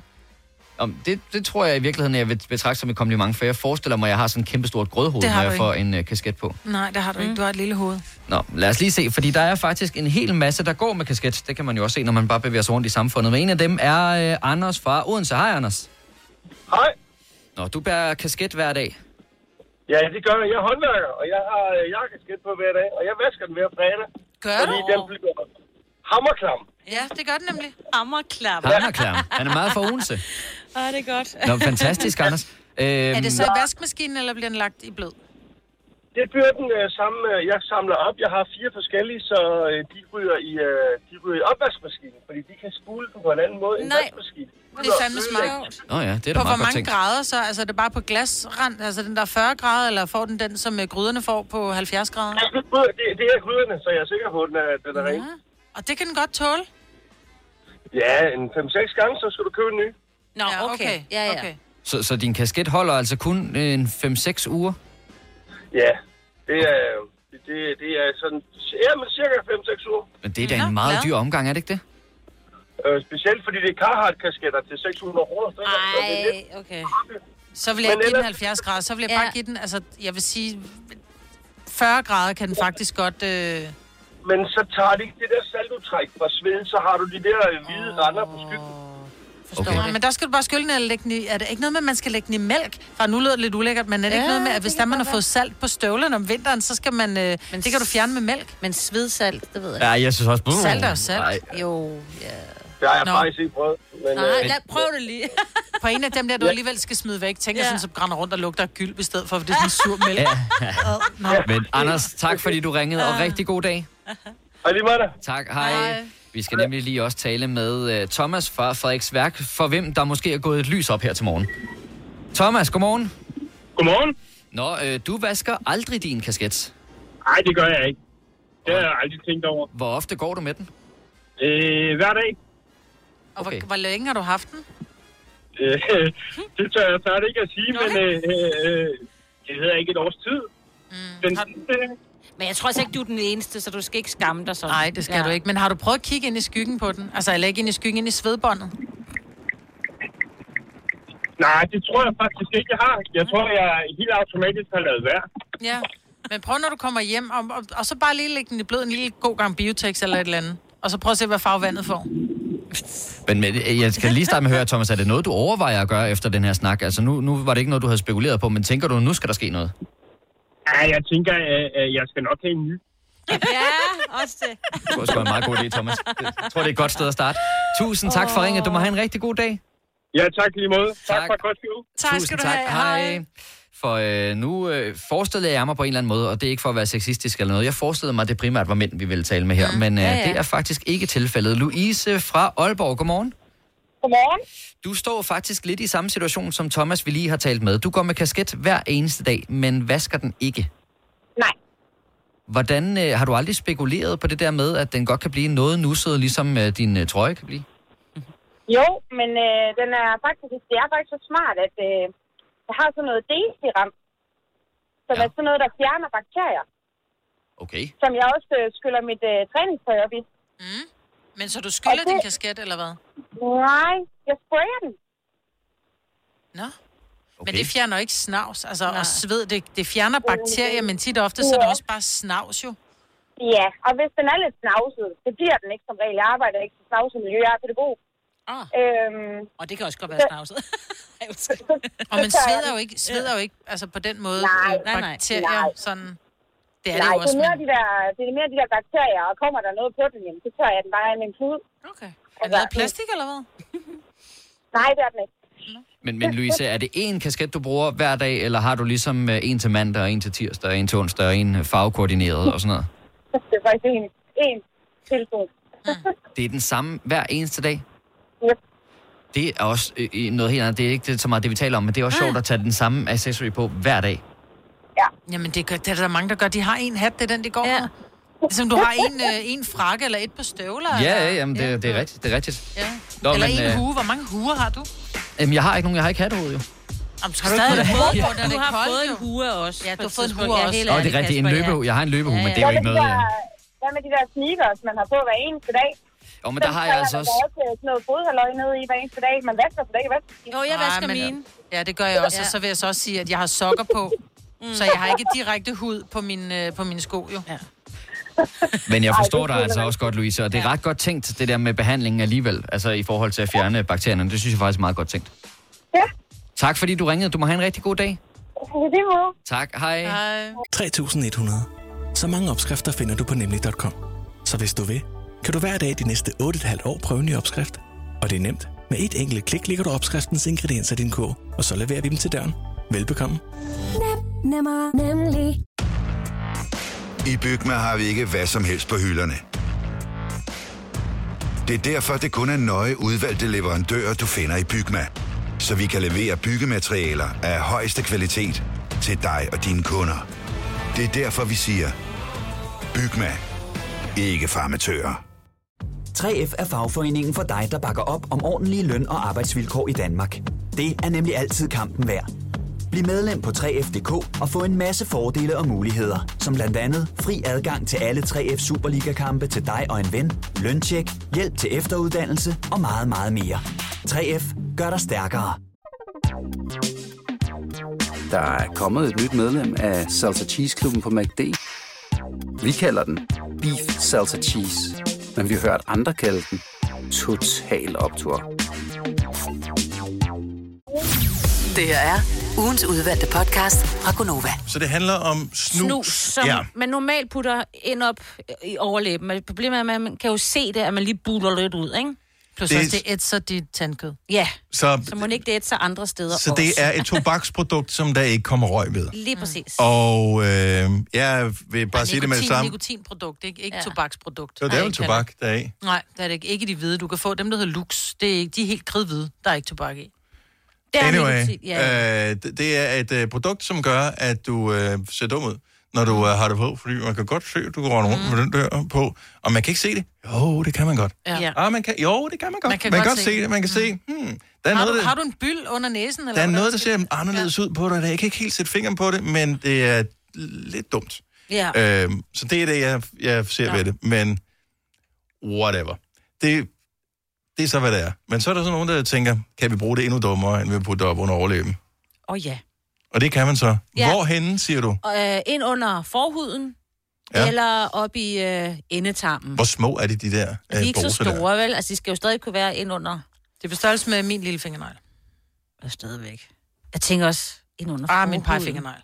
Speaker 5: Det tror jeg i virkeligheden, jeg vil betragte som et kompliment, for jeg forestiller mig, at jeg har sådan en kæmpestort grødhoved, når jeg får en kasket på.
Speaker 2: Nej, det har du ikke. Du har et lille hoved.
Speaker 5: Nå, lad os lige se, fordi der er faktisk en hel masse, der går med kasket. Det kan man jo også se, når man bare bevæger sig rundt i samfundet. Men en af dem er Anders fra Odense. Hej, Anders.
Speaker 15: Hej.
Speaker 5: Nå, du bærer kasket hver dag.
Speaker 15: Ja, det gør jeg. Jeg er håndværker, og jeg har kasket på hver dag, og jeg vasker den hver fredag.
Speaker 2: Gør du?
Speaker 15: Fordi den bliver hammerklam.
Speaker 2: Ja, det gør den nemlig.
Speaker 3: Hammerklam.
Speaker 5: Han er meget for Odense.
Speaker 3: Det er godt.
Speaker 5: Nå, fantastisk, Anders.
Speaker 2: Er det så i vaskemaskinen, eller bliver den lagt i blød?
Speaker 15: Det bliver den samme, jeg samler op. Jeg har 4 forskellige, så de ryger i opvaskemaskinen, fordi de kan spule på en anden måde end vaskemaskinen.
Speaker 2: Det er fandme smart.
Speaker 5: Nå ja, det er da
Speaker 2: på
Speaker 5: meget
Speaker 2: hvor mange
Speaker 5: tænkt.
Speaker 2: grader så? Altså er det bare på glasrand? Altså den der 40 grader, eller får den som gryderne får på 70 grader?
Speaker 15: Det er gryderne, så jeg er sikker på, at den er ren.
Speaker 2: Og det kan den godt tåle?
Speaker 15: Ja, en 5-6 gange, så skal du købe en ny.
Speaker 2: Nå, okay. Ja.
Speaker 5: Så din kasket holder altså kun en 5-6 uger?
Speaker 15: Ja, det er sådan, men cirka 5-6 uger.
Speaker 5: Men det er da en meget dyr omgang, er det ikke det?
Speaker 15: Specielt fordi det er Carhartt-kasketter til 600 kroner.
Speaker 3: Ej, okay.
Speaker 2: Så vil jeg ikke give den 70 grader. Så vil jeg bare give den, altså, jeg vil sige, 40 grader kan den faktisk godt...
Speaker 15: Men så tager det ikke det der saltudtræk fra sveden, så har du de der hvide render på skyggen.
Speaker 2: Okay. Men der skal du bare skylde den, eller lægge den i... Er det ikke noget med, at man skal lægge den i mælk? For nu lyder det lidt ulækkert, men er det ikke noget med, at hvis man har fået salt på støvlen om vinteren, så skal man... det kan du fjerne med mælk.
Speaker 3: Men svedsalt, det ved jeg.
Speaker 5: Ja, jeg synes også...
Speaker 2: Salt er jo salt.
Speaker 3: Nej. Jo, ja...
Speaker 15: Det har jeg faktisk ikke prøvet. Men,
Speaker 3: nej, prøv det lige.
Speaker 2: På en af dem der, du alligevel skal smide væk, tænker sådan, så brænder rundt og lugter af gyld, i stedet for, det er sådan sur mælk.
Speaker 5: Men Anders, tak fordi du ringede, og rigtig god dag.
Speaker 15: Hej lige med dig.
Speaker 5: Tak, hej. Vi skal nemlig lige også tale med Thomas fra Frederiksværk, for hvem der måske er gået et lys op her til morgen. Thomas, godmorgen.
Speaker 15: Godmorgen.
Speaker 5: Nå, du vasker aldrig din kasket.
Speaker 15: Nej, det gør jeg ikke. Det har jeg aldrig tænkt over.
Speaker 5: Hvor ofte går du med den?
Speaker 15: Hver dag.
Speaker 2: Og hvor længe har du haft den?
Speaker 15: Det tør jeg snart ikke at sige, men det hedder ikke et års tid.
Speaker 3: Men jeg tror også ikke, du er den eneste, så du skal ikke skamme dig sådan.
Speaker 2: Nej, det skal du ikke. Men har du prøvet at kigge ind i skyggen på den? Altså, eller ikke ind i skyggen, ind i svedbåndet?
Speaker 15: Nej, det tror jeg faktisk ikke, jeg har. Jeg tror, jeg helt automatisk har lavet værd.
Speaker 2: Ja, men prøv, når du kommer hjem, og så bare lige lægge den i blød, en lille god gang Biotex eller et eller andet. Og så prøv at se, hvad farve vandet får.
Speaker 5: Men jeg skal lige starte med at høre, Thomas, er det noget, du overvejer at gøre efter den her snak? Altså, nu var det ikke noget, du havde spekuleret på, men tænker du, nu skal der ske noget?
Speaker 15: Ja, jeg tænker, at jeg skal nok have en ny.
Speaker 3: Ja, også det.
Speaker 5: Det var sgu en meget god idé, Thomas. Jeg tror, det er et godt sted at starte. Tusind tak for ringet. Du må have en rigtig god dag.
Speaker 15: Ja, tak lige måde. Tak for et godt show.
Speaker 2: Tak skal du have.
Speaker 5: Hej. For nu forestillede jeg mig på en eller anden måde, og det er ikke for at være sexistisk eller noget. Jeg forestillede mig, at det primært var mænd, vi ville tale med her. Men det er faktisk ikke tilfældet. Louise fra Aalborg, godmorgen.
Speaker 16: Godmorgen.
Speaker 5: Du står faktisk lidt i samme situation, som Thomas vi lige har talt med. Du går med kasket hver eneste dag, men vasker den ikke.
Speaker 16: Nej.
Speaker 5: Hvordan har du aldrig spekuleret på det der med, at den godt kan blive noget nusset, ligesom din trøje kan blive?
Speaker 16: Jo, men det er faktisk så smart, at jeg har sådan noget D-serum, som er sådan noget, der fjerner bakterier.
Speaker 5: Okay.
Speaker 16: Som jeg også skyller mit træningstøj op i.
Speaker 2: Mm. Men så du skyller din kasket, eller hvad?
Speaker 16: Nej, jeg sprayer den.
Speaker 2: Nå. Okay. Men det fjerner ikke snavs, altså, og sved. Det fjerner bakterier, men tit og ofte, så er det også bare snavs jo.
Speaker 16: Ja, og hvis den er lidt snavset, det bliver den ikke som regel. Jeg arbejder ikke til snavset miljø, jeg er pædagog.
Speaker 3: Og det kan også godt være snavset.
Speaker 2: Og man sveder jo ikke altså på den måde bakterier, sådan... Det er det jo også,
Speaker 16: det er mere de der bakterier, og kommer der noget på den, jamen, så tør jeg den bare med en klud.
Speaker 2: Okay. Er det plastik, eller hvad?
Speaker 16: Nej, det er den ikke.
Speaker 5: Men Louise, er det én kasket, du bruger hver dag, eller har du ligesom en til mandag, og en til tirsdag, og en til onsdag, og en farvekoordineret og sådan noget?
Speaker 16: Det er faktisk en telefon.
Speaker 5: Det er den samme hver eneste dag?
Speaker 16: Yep.
Speaker 5: Det er også noget helt andet. Det er ikke så meget det, vi taler om, men det er også sjovt at tage den samme accessory på hver dag.
Speaker 16: Ja.
Speaker 2: Jamen, det er der mange, der gør. De har en hat, det er den, de går med. Ligesom du har en frakke eller et par støvler.
Speaker 5: Ja, jamen, det er rigtigt. Det er rigtigt.
Speaker 2: Ja. Nå, eller en hue. Hvor mange huer har du?
Speaker 5: Jeg har ikke nogen. Jeg har ikke hattehoved, jo.
Speaker 2: Jamen, skal du stadig have på, den
Speaker 3: du
Speaker 2: er
Speaker 3: har
Speaker 2: kold,
Speaker 3: fået en hue også.
Speaker 2: Ja, du har fået en hue også.
Speaker 5: Det er rigtigt. En løbehue. Jeg har en løbehue, men det er jo ikke noget...
Speaker 16: Hvad med de der sneakers, man har på hver eneste dag?
Speaker 5: Jo, men der har jeg altså også...
Speaker 16: Der er også sådan noget fodhalløj nede i hver eneste dag. Man vasker for dag, hvad?
Speaker 3: Jo, jeg vasker mine.
Speaker 2: Ja, det gør jeg også. Og så vil jeg så også sige, at jeg har sokker på. Så jeg har ikke direkte hud på mine sko, jo. Ja.
Speaker 5: Men jeg forstår dig altså også godt, Louise, og det er ret godt tænkt, det der med behandlingen alligevel, altså i forhold til at fjerne bakterierne. Det synes jeg faktisk er meget godt tænkt.
Speaker 16: Ja.
Speaker 5: Tak fordi du ringede. Du må have en rigtig god dag. Tak, hej.
Speaker 17: 3.100. Så mange opskrifter finder du på nemlig.com. Så hvis du vil, kan du hver dag de næste 8,5 år prøve en ny opskrift. Og det er nemt. Med et enkelt klik ligger du opskriftens ingredienser i din kog, og så leverer vi dem til døren. Velbekomme.
Speaker 18: Nemlig. I Bygma har vi ikke hvad som helst på hylderne. Det er derfor, det kun er nøje udvalgte leverandører, du finder i Bygma. Så vi kan levere byggematerialer af højeste kvalitet til dig og dine kunder. Det er derfor, vi siger, Bygma. Ikke farmatører.
Speaker 19: 3F er fagforeningen for dig, der bakker op om ordentlige løn- og arbejdsvilkår i Danmark. Det er nemlig altid kampen værd. Bliv medlem på 3F.dk og få en masse fordele og muligheder, som blandt andet fri adgang til alle 3F Superliga-kampe til dig og en ven, løntjek, hjælp til efteruddannelse og meget, meget mere. 3F gør dig stærkere.
Speaker 20: Der er kommet et nyt medlem af Salsa Cheese Klubben på McD. Vi kalder den Beef Salsa Cheese, men vi har hørt andre kalde den Total Optur.
Speaker 4: Det her er ugens udvalgte podcast fra Gonova.
Speaker 1: Så det handler om snus.
Speaker 3: Som man normalt putter ind op i overlæben. Men problemet er, at man kan jo se det, at man lige buler lidt ud, ikke?
Speaker 2: Plus også det ætser dit tandkød.
Speaker 3: Ja,
Speaker 1: så
Speaker 3: må ikke det ætser andre steder
Speaker 1: så
Speaker 3: også.
Speaker 1: det er et tobaksprodukt, som der ikke kommer røg ved.
Speaker 3: Lige præcis.
Speaker 1: Og jeg vil bare sige det med det samme.
Speaker 2: Nikotinprodukt, ikke tobaksprodukt.
Speaker 1: Så det er jo tobak, der er i.
Speaker 2: Nej, det er det ikke. Ikke de hvide. Du kan få dem, der hedder Lux. Det er ikke, de er helt kridhvide. Der er ikke tobak i.
Speaker 1: Anyway, det er et produkt, som gør, at du ser dum ud, når du har det på, fordi man kan godt se, at du går rundt med den der på, og man kan ikke se det. Jo, det kan man godt.
Speaker 2: Ja.
Speaker 1: Det kan man godt. Man kan godt se det. Man kan se, der er noget,
Speaker 2: har du en byld under næsen? Eller
Speaker 1: der er noget, der ser anderledes ud på dig. Jeg kan ikke helt sætte fingeren på det, men det er lidt dumt.
Speaker 3: Ja.
Speaker 1: Så det er det, jeg ser ved det. Men whatever. Det er så, hvad det er. Men så er der så nogen, der tænker, kan vi bruge det endnu dummere, end vi putter op under overlæben?
Speaker 3: Ja.
Speaker 1: Og det kan man så.
Speaker 3: Ja.
Speaker 1: Hvorhenne, siger du?
Speaker 3: Ind under forhuden, eller op i endetarmen.
Speaker 1: Hvor små er de der
Speaker 3: de er ikke så store,
Speaker 1: der?
Speaker 3: vel? Altså, de skal jo stadig kunne være ind under.
Speaker 2: Det er størrelse med min lille fingernegl.
Speaker 3: Og stadigvæk. Jeg tænker også ind under forhuden.
Speaker 2: Min pegefingernegl.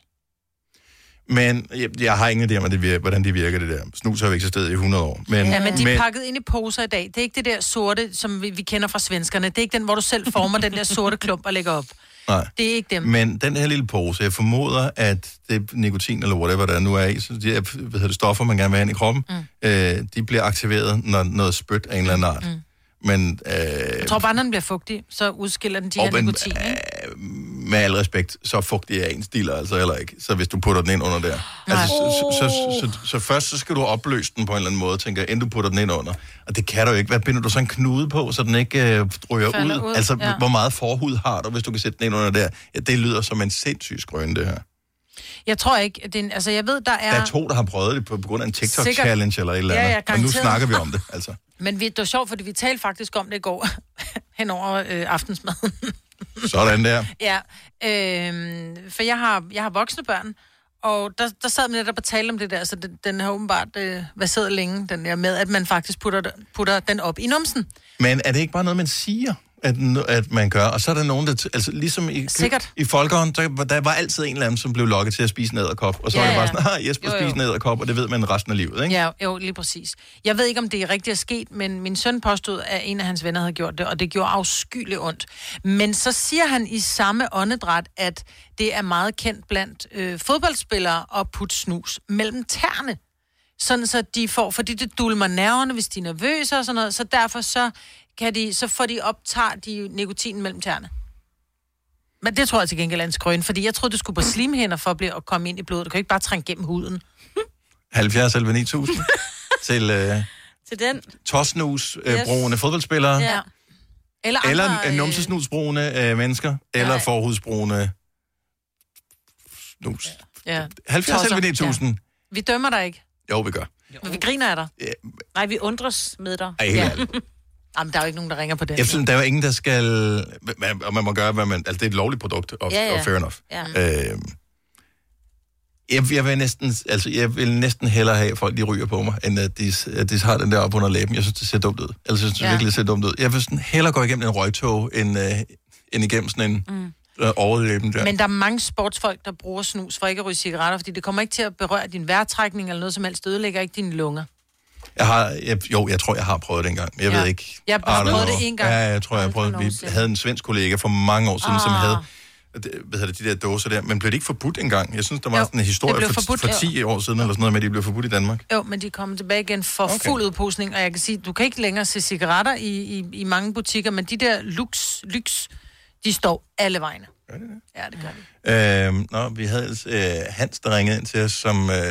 Speaker 1: Men jeg har ingen idé om, hvordan de virker, det der. Snus har jo eksisteret i 100 år. Men
Speaker 2: de er pakket ind i poser i dag. Det er ikke det der sorte, som vi kender fra svenskerne. Det er ikke den, hvor du selv former den der sorte klump og lægger op.
Speaker 1: Nej.
Speaker 2: Det er ikke dem.
Speaker 1: Men den her lille pose, jeg formoder, at det nikotin, eller whatever der nu er i, så de her, stoffer, man gerne vil have ind i kroppen, de bliver aktiveret, når noget spyt af en eller anden art. Men,
Speaker 2: jeg tror bare, når den bliver fugtig, så udskiller den de her nikotin,
Speaker 1: med al respekt, så fugtig er ens dealer altså heller ikke. Så hvis du putter den ind under der. Altså, så først så skal du opløse den på en eller anden måde, tænker jeg, inden du putter den ind under. Og det kan du ikke. Hvad binder du så en knude på, så den ikke ryger ud? Altså, hvor meget forhud har du, hvis du kan sætte den ind under der? Ja, det lyder som en sindssyg skrøne, det her.
Speaker 2: Jeg tror ikke, altså jeg ved, der er...
Speaker 1: Der er 2, der har prøvet det på grund af en TikTok-challenge eller et eller andet. Og nu snakker vi om det, altså.
Speaker 2: Men det var sjovt, fordi vi talte faktisk om det i går, hen over aftensmaden.
Speaker 1: Sådan der.
Speaker 2: Ja, for jeg har voksne børn, og der sad man netop og talte om det der, så den har åbenbart været længe, den der med, at man faktisk putter den op i numsen.
Speaker 1: Men er det ikke bare noget, man siger, at man gør? Og så er der nogen, der... Altså, ligesom i folkehånd, der var altid en eller anden, som blev lokket til at spise en edderkop. Og så var det bare sådan, Jesper spiser en edderkop, og det ved man resten af livet, ikke?
Speaker 2: Ja, jo, lige præcis. Jeg ved ikke, om det er rigtigt sket, men min søn påstod, at en af hans venner havde gjort det, og det gjorde afskyeligt ondt. Men så siger han i samme åndedræt, at det er meget kendt blandt fodboldspillere at putte snus mellem tæerne. Sådan så de får, fordi det dulmer nerverne, hvis de er nervøse og sådan noget, så derfor så får de optager de nikotinen mellem tæerne. Men det tror jeg til gengæld er en skrøn, fordi jeg troede, du skulle på slimhænder for at komme ind i blodet. Du kan ikke bare trænge gennem huden.
Speaker 1: 70 11 9000 til
Speaker 3: den
Speaker 1: tosnus-brugende fodboldspillere.
Speaker 2: Ja.
Speaker 1: Eller numsesnusbrugende mennesker. Eller forhudsbrugende snus.
Speaker 2: Ja.
Speaker 1: 70 11 9000.
Speaker 2: Ja. Vi dømmer dig ikke.
Speaker 1: Jo, vi gør.
Speaker 2: Men vi griner af dig.
Speaker 3: Nej, vi undres med dig.
Speaker 2: Jamen, der er jo ikke nogen, der ringer på den.
Speaker 1: Jeg synes, der er jo ingen, der skal... Og man må gøre, hvad man... Altså, det er et lovligt produkt, og fair enough. Ja. Jeg vil næsten hellere have, at folk de ryger på mig, end at de har den der op under læben. Jeg synes, det ser dumt ud. Jeg synes, det virkelig ser dumt ud. Jeg vil sådan hellere gå igennem en røgtog, end igennem sådan en overlæben der.
Speaker 2: Men der er mange sportsfolk, der bruger snus for ikke at ryge cigaretter, fordi det kommer ikke til at berøre din vejrtrækning eller noget som helst. Det ødelægger ikke dine lunger.
Speaker 1: Jeg tror, jeg har prøvet det engang. Jeg ved ikke.
Speaker 2: Jeg har prøvet det en gang.
Speaker 1: Ja, jeg tror, jeg har prøvet. Vi havde en svensk kollega for mange år siden, som havde de der dåser der. Men blev det ikke forbudt engang? Jeg synes, der var sådan en historie for 10 år siden, eller sådan noget med, at de blev forbudt i Danmark.
Speaker 2: Jo, men de kom tilbage igen for fuld udposning, og jeg kan sige, du kan ikke længere se cigaretter i mange butikker, men de der lux, de står alle vegne.
Speaker 1: Gør det det?
Speaker 2: Ja, det gør de.
Speaker 1: Vi havde Hans, der ringede ind til os,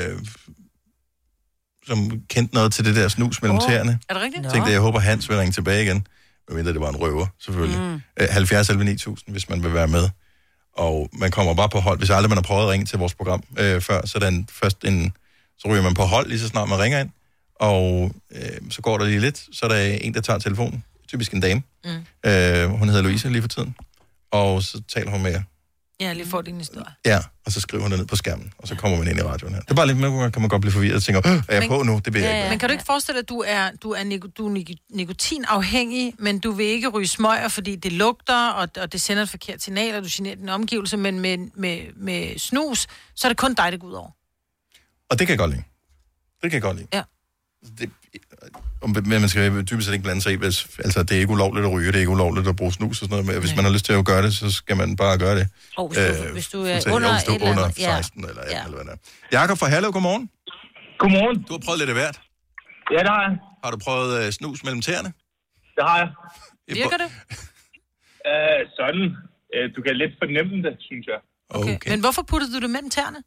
Speaker 1: som kendte noget til det der snus mellem tæerne.
Speaker 2: Er det rigtigt?
Speaker 1: Jeg tænkte, jeg håber, Hans vil ringe tilbage igen. Medmindre det var en røver, selvfølgelig. 70 11 9000, hvis man vil være med. Og man kommer bare på hold. Hvis aldrig man har prøvet at ringe til vores program før, så ryger man på hold, lige så snart man ringer ind. Og så går der lige lidt, så er der en, der tager telefonen. Typisk en dame. Hun hedder Louise lige for tiden. Og så taler hun med jer.
Speaker 2: Ja, lige får din historie.
Speaker 1: Ja, og så skriver hun det ned på skærmen, og så kommer man ind i radioen her. Det er bare lidt med, kan man godt blive forvirret og tænker, er jeg på nu? Det vil jeg ikke.
Speaker 2: Men kan du ikke forestille dig, at du er nikotinafhængig, men du vil ikke ryge smøger, fordi det lugter, og det sender et forkert signal, og du generer din omgivelse, men med snus, så er det kun dig, det går ud over.
Speaker 1: Og det kan jeg godt lide. Det kan jeg godt lide.
Speaker 2: Ja.
Speaker 1: Men man skal dybest set ikke blande sig i, altså det er ikke ulovligt at ryge, det er ikke ulovligt at bruge snus og sådan noget, men hvis man har lyst til at gøre det, så skal man bare gøre det.
Speaker 3: Hvis du er under
Speaker 1: 16 eller 18 eller hvad det er. Jakob fra Herlev, godmorgen.
Speaker 21: Godmorgen.
Speaker 1: Du har prøvet lidt af hvert.
Speaker 21: Ja, det har jeg.
Speaker 1: Har du prøvet snus mellem tæerne?
Speaker 21: Det har jeg.
Speaker 2: Virker det?
Speaker 21: Sådan. Du kan lidt fornemme det, synes jeg.
Speaker 2: Okay. Men hvorfor puttede du det mellem tæerne?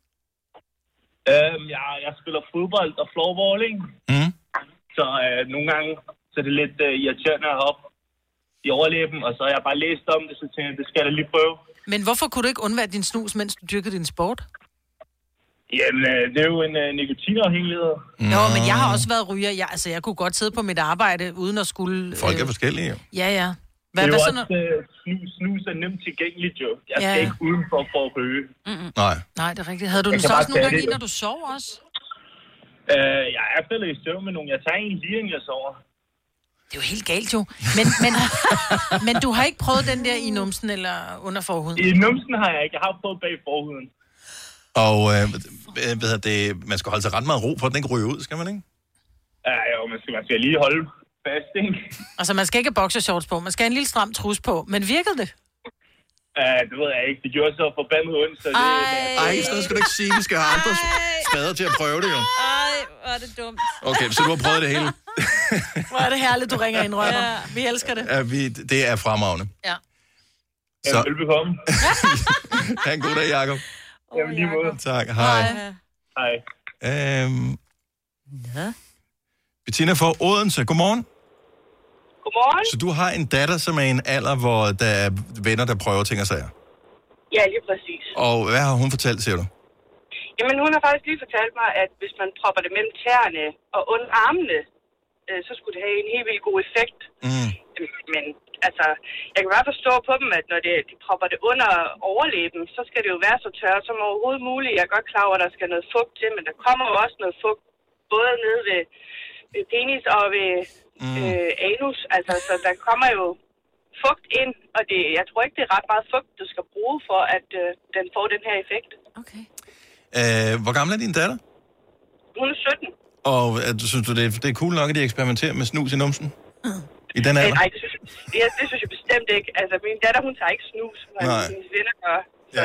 Speaker 21: Jeg spiller fodbold og floorball, ikke? Så nogle gange så er det lidt irriterende at hoppe i overlæben, og så har jeg bare læst om det, så tænkte jeg, det skal jeg da lige prøve.
Speaker 2: Men hvorfor kunne du ikke undvære din snus, mens du dyrkede din sport?
Speaker 21: Jamen, det er jo en nikotinafhængighed.
Speaker 2: Jo, men jeg har også været ryger. Jeg kunne godt sidde på mit arbejde, uden at skulle...
Speaker 1: Folk er forskellige, jo.
Speaker 2: Ja.
Speaker 21: Det er jo også, snus er nemt tilgængeligt, jo. Jeg skal ikke udenfor for at ryge.
Speaker 1: Nej,
Speaker 2: det er rigtigt. Havde du den så også nogle gange i, når du sov også?
Speaker 21: Jeg er faldet i søvn med nogen. Jeg tager en lige, inden jeg sover.
Speaker 2: Det er jo helt galt, jo. Men du har ikke prøvet den der i numsen eller under forhuden?
Speaker 21: I numsen har jeg ikke. Jeg har prøvet bag forhuden.
Speaker 1: Og man skal holde sig ret meget ro for, at den ikke ryger ud, skal man ikke?
Speaker 21: Ja, jo, man skal lige holde fast, ikke?
Speaker 2: Altså, man skal ikke have boxershorts på. Man skal have en lille stram trus på. Men virkede det?
Speaker 21: Det ved jeg ikke. Det gjorde så forbandet ondt, så det...
Speaker 1: Ej, så skal du ikke sige, vi skal have andre spader til at prøve det, jo.
Speaker 3: Ej, hvor er det dumt.
Speaker 1: Okay, så du har prøvet det hele.
Speaker 2: Hvor er det herligt, du ringer ind, Rømmer. Ja. Vi elsker det.
Speaker 1: Ja, det er fremragende.
Speaker 2: Ja.
Speaker 21: Så... Velbekomme.
Speaker 1: Ha' en god dag, Jacob.
Speaker 21: Jamen, lige måde.
Speaker 1: Tak, hej.
Speaker 21: Hej.
Speaker 1: Bettina fra Odense, godmorgen.
Speaker 7: Godmorgen.
Speaker 1: Så du har en datter, som er i en alder, hvor der er venner, der prøver ting og sager?
Speaker 7: Ja, lige præcis.
Speaker 1: Og hvad har hun fortalt, siger du?
Speaker 7: Jamen, hun har faktisk lige fortalt mig, at hvis man propper det mellem tæerne og under armene, så skulle det have en helt vildt god effekt. Men altså, jeg kan bare forstå på dem, at når de propper det under overlæben, så skal det jo være så tørt som overhovedet muligt. Jeg er godt klar over, at der skal noget fugt til, men der kommer jo også noget fugt, både nede ved penis og ved anus. Altså, så der kommer jo fugt ind, og jeg tror ikke, det er ret meget fugt, du skal bruge for, at den får den her effekt.
Speaker 3: Okay.
Speaker 1: Hvor gammel er din datter?
Speaker 7: Hun er 17.
Speaker 1: Og synes du, det er cool nok, at de eksperimenterer med snus i numsen? I den alder?
Speaker 7: Nej, det synes jeg bestemt ikke. Altså, min datter, hun tager ikke snus, men hendes venner gør.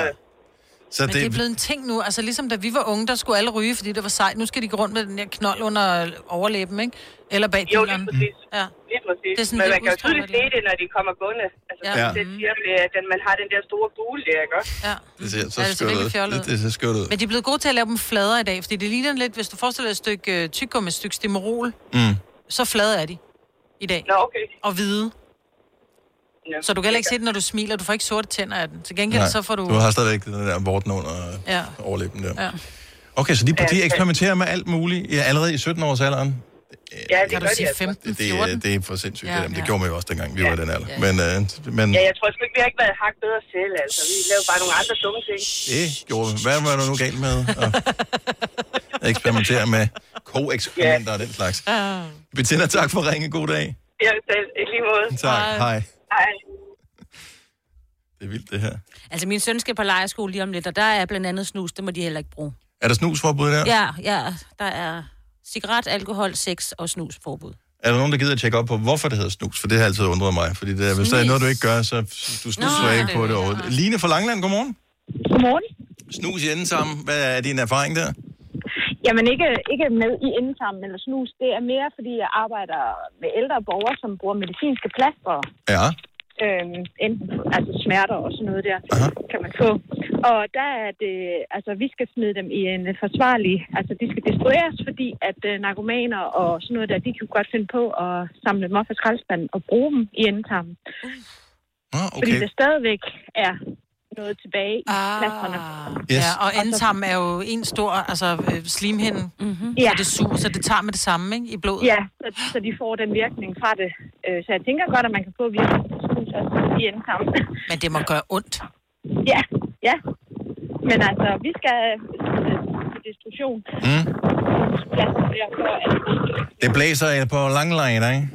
Speaker 1: Så
Speaker 2: men det er blevet en ting nu. Altså, ligesom da vi var unge, der skulle alle ryge, fordi det var sejt. Nu skal de gå rundt med den der knold under overlæben, ikke? Eller bag
Speaker 7: dilleren. Jo, lige præcis.
Speaker 2: Ja.
Speaker 7: Lige præcis.
Speaker 2: Det er sådan,
Speaker 7: men man kan jo tydeligt se det, når de kommer gående. Altså, det siger, at man har den der store bule der, ikke også?
Speaker 2: Ja.
Speaker 1: Det ser så skørt ud. Det ser skørt ud.
Speaker 2: Men de er blevet gode til at lave dem fladere i dag, fordi det ligner lidt, hvis du forestiller et stykke tyggegummi, et stykke Stimorol, så flade er de i dag.
Speaker 7: Nå, okay.
Speaker 2: Og hvide. Ja, så du kan heller ikke se det, når du smiler. Du får ikke sorte tænder af den. Til gengæld så får du...
Speaker 1: Du har stadigvæk den der vorten under overlæben der. Ja. Okay, så de eksperimenterer med alt muligt allerede i 17-årsalderen?
Speaker 7: Ja, det
Speaker 2: kan du sige 15-14?
Speaker 1: Det er for sindssygt. Ja, det gjorde man jo også dengang, vi var i den alder.
Speaker 7: Ja.
Speaker 1: Men,
Speaker 7: jeg tror sgu ikke, vi har ikke været hakt bedre selv. Altså, vi lavede bare nogle andre dumme ting.
Speaker 1: Det gjorde vi. Hvad var der nu galt med at eksperimentere med ko-eksperimenter og den slags? Bettina, tak for at ringe. God dag.
Speaker 7: Ja, i lige måde.
Speaker 1: Tak. Hej.
Speaker 7: Hej.
Speaker 1: Det er vildt, det her.
Speaker 3: Altså, min søn skal på lejerskole lige om lidt, og der er blandt andet snus. Det må de heller ikke bruge.
Speaker 1: Er der snusforbud der?
Speaker 3: Ja. Der er cigaret, alkohol, sex og snusforbud.
Speaker 1: Er der nogen, der gider at tjekke op på, hvorfor det hedder snus? For det har altid undret mig. Fordi hvis der er noget, du ikke gør, så du snuser ikke på det overhovedet. Line fra Langeland, godmorgen.
Speaker 22: Godmorgen.
Speaker 1: Snus i endetarmen. Hvad er din erfaring der?
Speaker 22: Jamen ikke med i endetarmen eller snus. Det er mere, fordi jeg arbejder med ældre borgere, som bruger medicinske plastre.
Speaker 1: Ja.
Speaker 22: Enten altså smerter og sådan noget der, kan man få. Og der er det, altså vi skal smide dem i en forsvarlig, altså de skal destrueres, fordi at narkomaner og sådan noget der, de kan godt finde på at samle dem op af skraldespanden og bruge dem i endetarmen.
Speaker 1: Okay.
Speaker 22: Fordi der stadigvæk er noget tilbage i plastrene.
Speaker 2: Yes. Ja, og endetarmen er jo en stor, altså slimhinde.
Speaker 22: Ja.
Speaker 2: Så det suger, så det tager med det samme, ikke, i blodet.
Speaker 22: Ja, så de får den virkning fra det. Så jeg tænker godt, at man kan få virkning i endetarmen.
Speaker 2: Men det må gøre ondt.
Speaker 22: Ja, men altså, vi skal til destruktion.
Speaker 1: Det blæser på langlejner, ikke?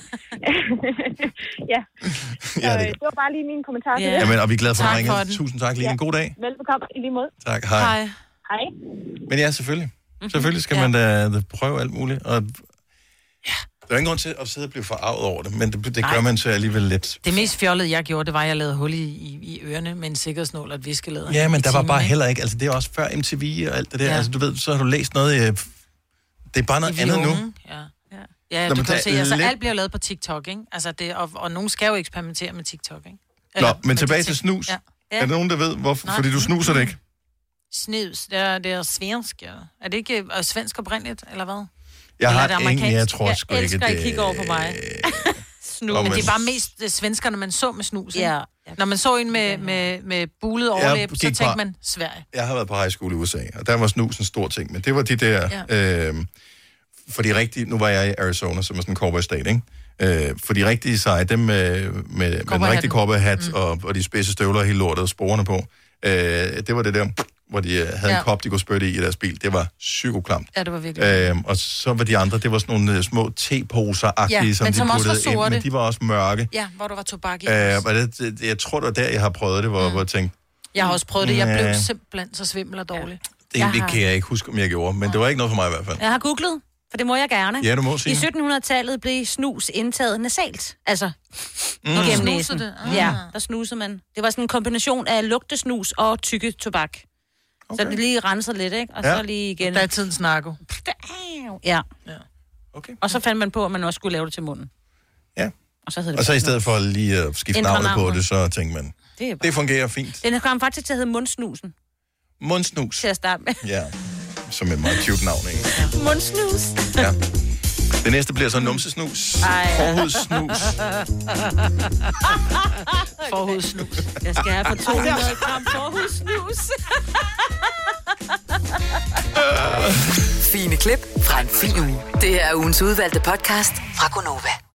Speaker 22: Ja. Så det var bare lige min kommentar til det.
Speaker 1: Jamen, og vi er glade for at ringe. Tusind tak, Line. En god dag.
Speaker 22: Velbekomme i lige måde.
Speaker 1: Tak, hej.
Speaker 22: Hej.
Speaker 1: Men ja, selvfølgelig. Selvfølgelig skal man da prøve alt muligt. Og der er ingen grund til at sidde og blive forarvet over det, men det gør man så alligevel lidt.
Speaker 2: Det mest fjollede, jeg gjorde, det var, at jeg lavede hul i ørerne med en sikkerhedsnål og et viskelæder.
Speaker 1: Ja, men der var bare heller ikke, altså det er også før MTV og alt det der, altså du ved, så har du læst noget, det er bare noget andet nu.
Speaker 2: Ja, du kan se, altså alt bliver lavet på TikTok, ikke? Altså det, og nogen skal jo eksperimentere med TikTok, ikke?
Speaker 1: Nå, men tilbage til snus. Ja. Er der nogen, der ved, hvorfor? Fordi du snuser det ikke?
Speaker 2: Snus, det er svensk, ja. Er det ikke svensk oprindeligt, eller hvad?
Speaker 1: Jeg tror sgu ikke,
Speaker 3: det... Jeg elsker at kigge over på mig.
Speaker 2: Men det er bare mest svenskerne, man så med snus, ikke? Ja. Når man så en med bulet overlæb, så tænkte man Sverige.
Speaker 1: Jeg har været på high school i USA, og der var snus en stor ting, men det var de der... fordi rigtigt, nu var jeg i Arizona, som er sådan en cowboy-stat, ikke? For de rigtige seje, dem med den rigtige cowboy-hat og de spidse støvler og hele lortet og sporene på, det var det der, hvor de havde en kop, de kunne spytte i deres bil. Det var psykoklamt.
Speaker 2: Ja, det var virkelig.
Speaker 1: Og så var de andre, det var sådan nogle små teposer-agtige, som de puttede ind, men de var også mørke.
Speaker 2: Ja, hvor der var tobak i.
Speaker 1: Jeg tror, det var der, jeg har prøvet det, hvor jeg tænkte...
Speaker 2: Jeg har også prøvet det. Jeg blev simpelthen så svimmel og dårlig.
Speaker 1: Det kan jeg ikke huske, om jeg gjorde, men det var ikke noget for mig i hvert fald.
Speaker 3: Jeg har googlet, for det må jeg gerne.
Speaker 1: Ja, du må sige.
Speaker 3: I 1700-tallet blev snus indtaget nasalt. Altså, igennem næsen. Ja, der snusede man. Det var sådan en kombination af lugtesnus og tykke tobak. Okay. Så det lige renser lidt, ikke? Og så lige igen...
Speaker 2: Der er tidens narko.
Speaker 3: Ja.
Speaker 1: Okay.
Speaker 3: Og så fandt man på, at man også skulle lave det til munden.
Speaker 1: Ja.
Speaker 3: Og
Speaker 1: så i stedet for lige at skifte navnet på det, så tænkte man, det fungerer fint.
Speaker 3: Den kom faktisk til at hedde mundsnusen.
Speaker 1: Mundsnus?
Speaker 3: Til at starte med.
Speaker 1: Ja, som et meget cute navn, ikke?
Speaker 3: Mundsnus.
Speaker 1: Ja. Det næste bliver så numsesnus. Forhudssnus.
Speaker 2: Forhudssnus.
Speaker 3: Jeg skal have for 200 gram forhudssnus.
Speaker 4: Fine klip fra en fin uge. Det her er ugens udvalgte podcast fra Gonova.